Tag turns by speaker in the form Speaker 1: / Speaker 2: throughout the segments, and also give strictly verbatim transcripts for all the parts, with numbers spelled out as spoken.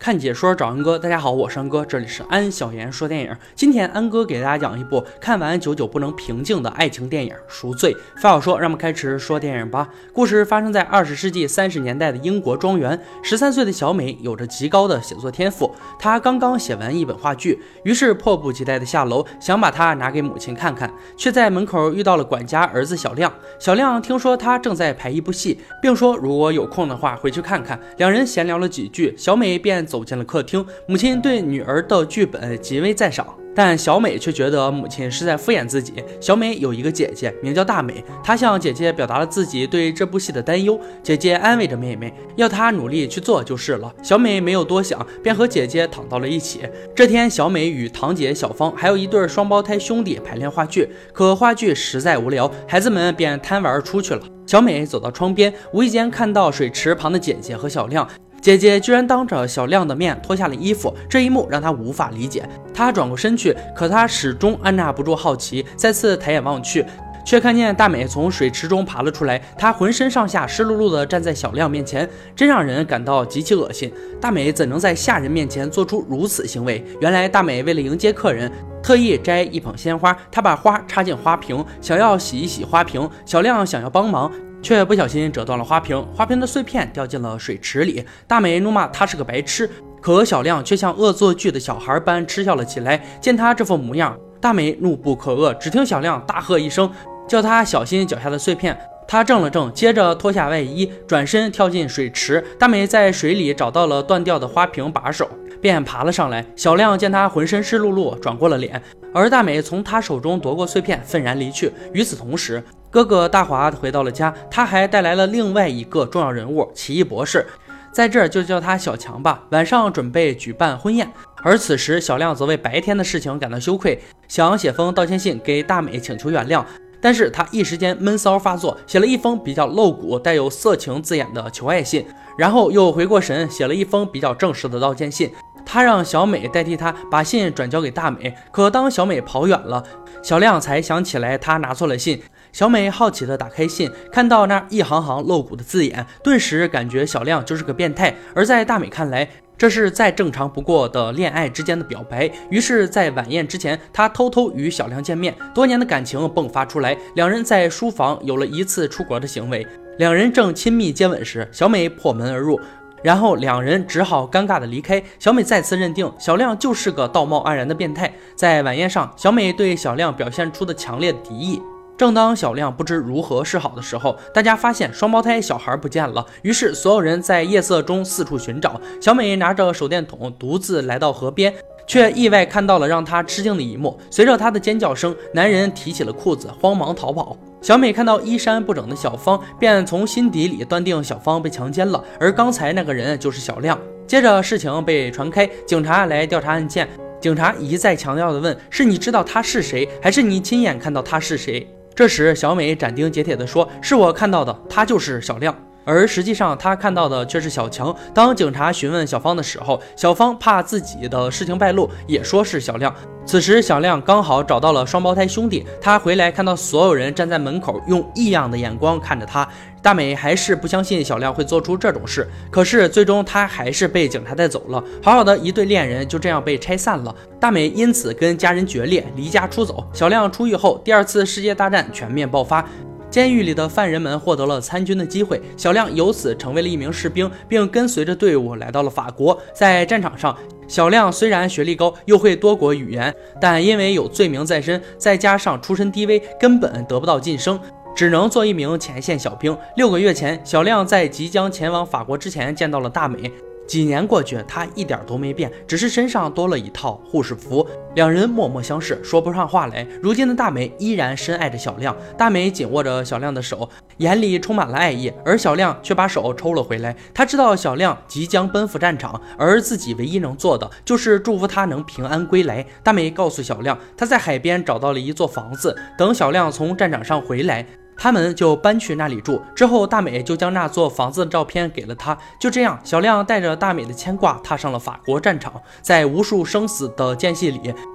Speaker 1: 看解说找安哥，大家好，我是安哥，这里是安小言说电影。今天安哥给大家讲一部看完久久不能平静的爱情电影《赎罪》。废话说，让我们开始说电影吧。故事发生在二十世纪三十年代的英国庄园。十三岁的小美有着极高的写作天赋，她刚刚写完一本话剧，于是迫不及待地下楼，想把它拿给母亲看看，却在门口遇到了管家儿子小亮。小亮听说他正在排一部戏，并说如果有空的话回去看看。两人闲聊了几句，小美便走进了客厅。母亲对女儿的剧本极为赞赏，但小美却觉得母亲是在敷衍自己。小美有一个姐姐名叫大美，她向姐姐表达了自己对这部戏的担忧。姐姐安慰着妹妹，要她努力去做就是了。小美没有多想，便和姐姐躺到了一起。这天，小美与堂姐小芳还有一对双胞胎兄弟排练话剧，可话剧实在无聊，孩子们便贪玩出去了。小美走到窗边，无意间看到水池旁的姐姐和小亮。姐姐居然当着小亮的面脱下了衣服，这一幕让她无法理解。她转过身去，可她始终按捺不住好奇，再次抬眼望去，却看见大美从水池中爬了出来。她浑身上下湿漉漉地站在小亮面前，真让人感到极其恶心。大美怎能在下人面前做出如此行为？原来大美为了迎接客人，特意摘一捧鲜花，她把花插进花瓶，想要洗一洗花瓶。小亮想要帮忙，却不小心折断了花瓶，花瓶的碎片掉进了水池里。大美怒骂他是个白痴，可小亮却像恶作剧的小孩般嗤笑了起来。见他这副模样，大美怒不可遏，只听小亮大喝一声，叫他小心脚下的碎片。他怔了怔，接着脱下外衣，转身跳进水池。大美在水里找到了断掉的花瓶把手，便爬了上来。小亮见他浑身湿漉漉，转过了脸，而大美从他手中夺过碎片，愤然离去。与此同时，哥哥大华回到了家，他还带来了另外一个重要人物——奇异博士，在这儿就叫他小强吧。晚上准备举办婚宴，而此时小亮则为白天的事情感到羞愧，想写封道歉信给大美请求原谅。但是他一时间闷骚发作，写了一封比较露骨带有色情字眼的求爱信，然后又回过神写了一封比较正式的道歉信。他让小美代替他把信转交给大美，可当小美跑远了，小亮才想起来他拿错了信。小美好奇地打开信，看到那一行行露骨的字眼，顿时感觉小亮就是个变态。而在大美看来，这是再正常不过的恋爱之间的表白。于是在晚宴之前，她偷偷与小亮见面，多年的感情迸发出来，两人在书房有了一次出国的行为。两人正亲密接吻时，小美破门而入，然后两人只好尴尬地离开。小美再次认定小亮就是个道貌岸然的变态。在晚宴上，小美对小亮表现出的强烈的敌意。正当小亮不知如何是好的时候，大家发现双胞胎小孩不见了，于是所有人在夜色中四处寻找。小美拿着手电筒独自来到河边，却意外看到了让她吃惊的一幕。随着她的尖叫声，男人提起了裤子，慌忙逃跑。小美看到衣衫不整的小芳，便从心底里断定小芳被强奸了，而刚才那个人就是小亮。接着事情被传开，警察来调查案件。警察一再强调地问，是你知道他是谁，还是你亲眼看到他是谁？这时小美斩钉截铁地说，是我看到的，他就是小亮。而实际上她看到的却是小强。当警察询问小芳的时候，小芳怕自己的事情败露，也说是小亮。此时小亮刚好找到了双胞胎兄弟，他回来看到所有人站在门口用异样的眼光看着他。大美还是不相信小亮会做出这种事，可是最终他还是被警察带走了。好好的一对恋人就这样被拆散了。大美因此跟家人决裂，离家出走。小亮出狱后，第二次世界大战全面爆发，监狱里的犯人们获得了参军的机会，小亮由此成为了一名士兵，并跟随着队伍来到了法国。在战场上，小亮虽然学历高，又会多国语言，但因为有罪名在身，再加上出身低微，根本得不到晋升，只能做一名前线小兵。六个月前，小亮在即将前往法国之前见到了大美。几年过去，他一点都没变，只是身上多了一套护士服。两人默默相视，说不上话来。如今的大美依然深爱着小亮，大美紧握着小亮的手，眼里充满了爱意，而小亮却把手抽了回来。他知道小亮即将奔赴战场，而自己唯一能做的就是祝福他能平安归来。大美告诉小亮，他在海边找到了一座房子，等小亮从战场上回来，他们就搬去那里住。之后大美就将那座房子的照片给了他。就这样，小亮带着大美的牵挂踏上了法国战场。在无数生死的间隙里，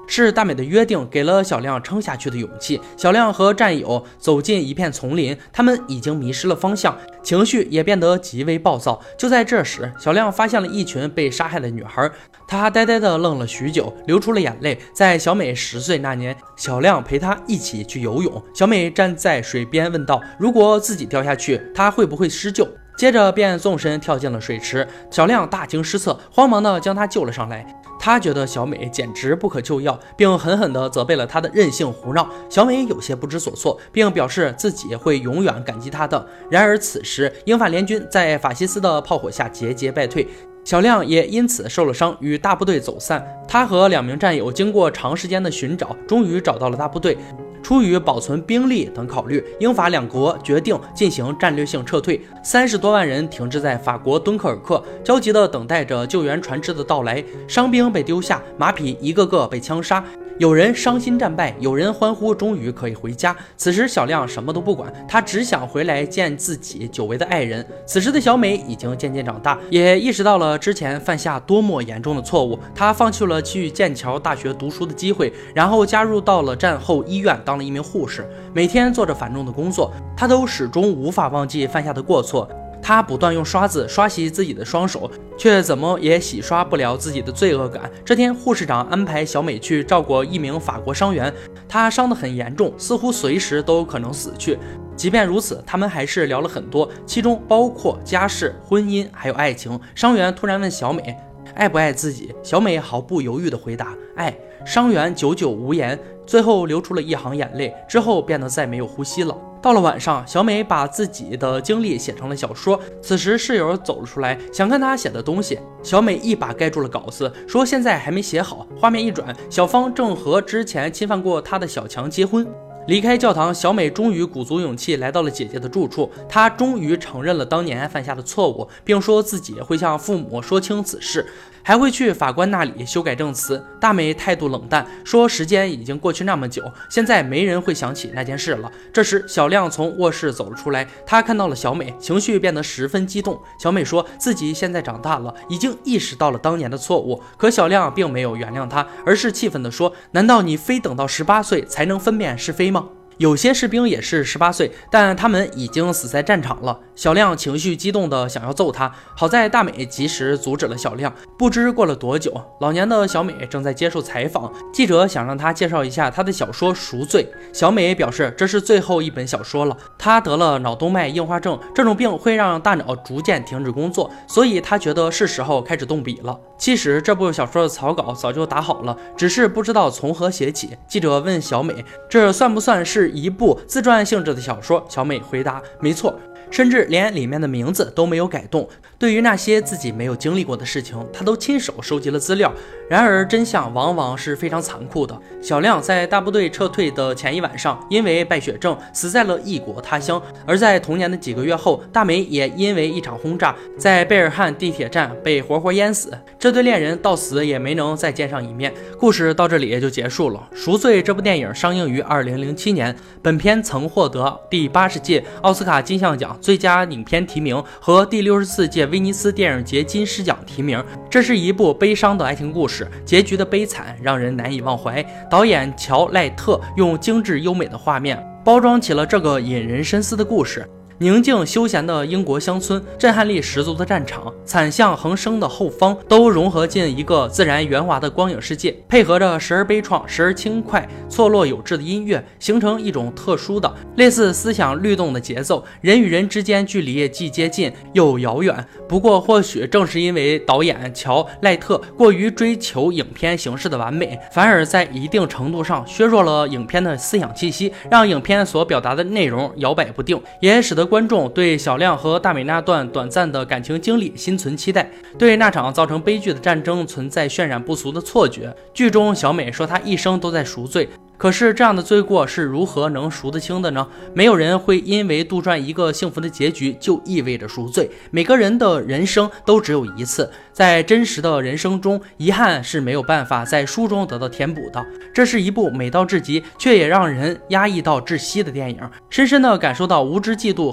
Speaker 1: 是大美的约定给了小亮撑下去的勇气。小亮和战友走进一片丛林，他们已经迷失了方向，情绪也变得极为暴躁。就在这时，小亮发现了一群被杀害的女孩，他呆呆地愣了许久，流出了眼泪。在小美十岁那年，小亮陪她一起去游泳，小美站在水边问道：如果自己掉下去，她会不会施救？接着便纵身跳进了水池，小亮大惊失色，慌忙地将她救了上来。他觉得小美简直不可救药，并狠狠地责备了她的任性胡闹。小美有些不知所措，并表示自己会永远感激她的。然而此时，英法联军在法西斯的炮火下节节败退，小亮也因此受了伤，与大部队走散。他和两名战友经过长时间的寻找，终于找到了大部队。出于保存兵力等考虑，英法两国决定进行战略性撤退。三十多万人停滞在法国敦刻尔克，焦急地等待着救援船只的到来。伤兵被丢下，马匹一个个被枪杀。有人伤心战败，有人欢呼终于可以回家。此时小亮什么都不管，他只想回来见自己久违的爱人。此时的小美已经渐渐长大，也意识到了之前犯下多么严重的错误。她放弃了去剑桥大学读书的机会，然后加入到了战后医院当了一名护士，每天做着繁重的工作。她都始终无法忘记犯下的过错。他不断用刷子刷洗自己的双手，却怎么也洗刷不了自己的罪恶感。这天，护士长安排小美去照顾一名法国伤员，他伤得很严重，似乎随时都可能死去。即便如此，他们还是聊了很多，其中包括家事、婚姻还有爱情。伤员突然问小美爱不爱自己，小美毫不犹豫地回答爱。伤员久久无言，最后流出了一行眼泪，之后变得再没有呼吸了。到了晚上，小美把自己的经历写成了小说。此时室友走了出来，想看她写的东西。小美一把盖住了稿子，说现在还没写好。画面一转，小芳正和之前侵犯过她的小强结婚。离开教堂，小美终于鼓足勇气来到了姐姐的住处。她终于承认了当年犯下的错误，并说自己会向父母说清此事，还会去法官那里修改证词。大美态度冷淡，说时间已经过去那么久，现在没人会想起那件事了。这时小亮从卧室走了出来，他看到了小美，情绪变得十分激动。小美说自己现在长大了，已经意识到了当年的错误，可小亮并没有原谅她，而是气愤地说，难道你非等到十八岁才能分辨是非吗？有些士兵也是十八岁，但他们已经死在战场了。小亮情绪激动的想要揍他，好在大美及时阻止了小亮。不知过了多久，老年的小美正在接受采访，记者想让她介绍一下她的小说《赎罪》。小美表示这是最后一本小说了，她得了脑动脉硬化症，这种病会让大脑逐渐停止工作，所以她觉得是时候开始动笔了。其实这部小说的草稿早就打好了，只是不知道从何写起。记者问小美，这算不算是一部自传性质的小说？小美回答，没错，甚至连里面的名字都没有改动。对于那些自己没有经历过的事情，她都亲手收集了资料。然而真相往往是非常残酷的。小亮在大部队撤退的前一晚上，因为败血症死在了异国他乡。而在同年的几个月后，大美也因为一场轰炸，在贝尔汉地铁站被活活淹死。这对恋人到死也没能再见上一面。故事到这里也就结束了。《赎罪》这部电影上映于二零零七年，本片曾获得第八十届奥斯卡金像奖最佳影片提名和第六十四届威尼斯电影节金狮奖提名。这是一部悲伤的爱情故事，结局的悲惨让人难以忘怀。导演乔·赖特用精致优美的画面包装起了这个引人深思的故事。宁静休闲的英国乡村，震撼力十足的战场，惨象横生的后方，都融合进一个自然圆滑的光影世界，配合着时而悲怆时而轻快错落有致的音乐，形成一种特殊的类似思想律动的节奏。人与人之间距离既接近又遥远，不过或许正是因为导演乔·赖特过于追求影片形式的完美，反而在一定程度上削弱了影片的思想气息，让影片所表达的内容摇摆不定，也使得观众对小亮和大美那段短暂的感情经历心存期待，对那场造成悲剧的战争存在渲染不俗的错觉。剧中小美说她一生都在赎罪，可是这样的罪过是如何能赎得清的呢？没有人会因为杜撰一个幸福的结局就意味着赎罪。每个人的人生都只有一次，在真实的人生中，遗憾是没有办法在书中得到填补的。这是一部美到至极却也让人压抑到窒息的电影，深深地感受到无知、嫉妒和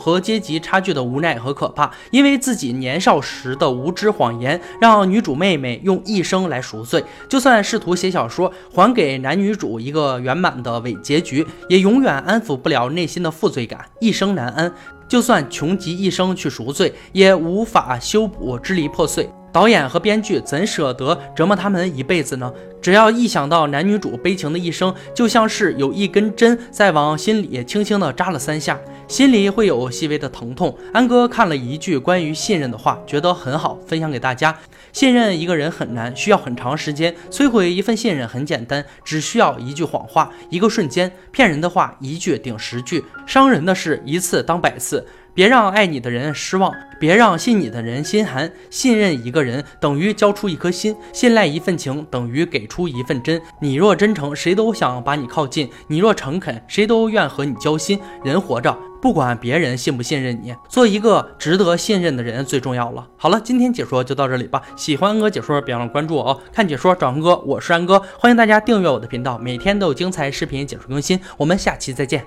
Speaker 1: 和阶级差距的无奈和可怕。因为自己年少时的无知谎言，让女主妹妹用一生来赎罪。就算试图写小说还给男女主一个圆满的伪结局，也永远安抚不了内心的负罪感，一生难安。就算穷极一生去赎罪，也无法修补支离破碎。导演和编剧怎舍得折磨他们一辈子呢？只要一想到男女主悲情的一生，就像是有一根针在往心里轻轻地扎了三下，心里会有细微的疼痛。安哥看了一句关于信任的话，觉得很好，分享给大家。信任一个人很难，需要很长时间；摧毁一份信任很简单，只需要一句谎话，一个瞬间。骗人的话一句顶十句，伤人的事一次当百次。别让爱你的人失望，别让信你的人心寒。信任一个人等于交出一颗心，信赖一份情等于给出一份真。你若真诚，谁都想把你靠近；你若诚恳，谁都愿和你交心。人活着，不管别人信不信任你，做一个值得信任的人最重要了。好了，今天解说就到这里吧。喜欢安哥解说，别忘了关注我哦。看解说找安哥，我是安哥，欢迎大家订阅我的频道，每天都有精彩视频解说更新。我们下期再见。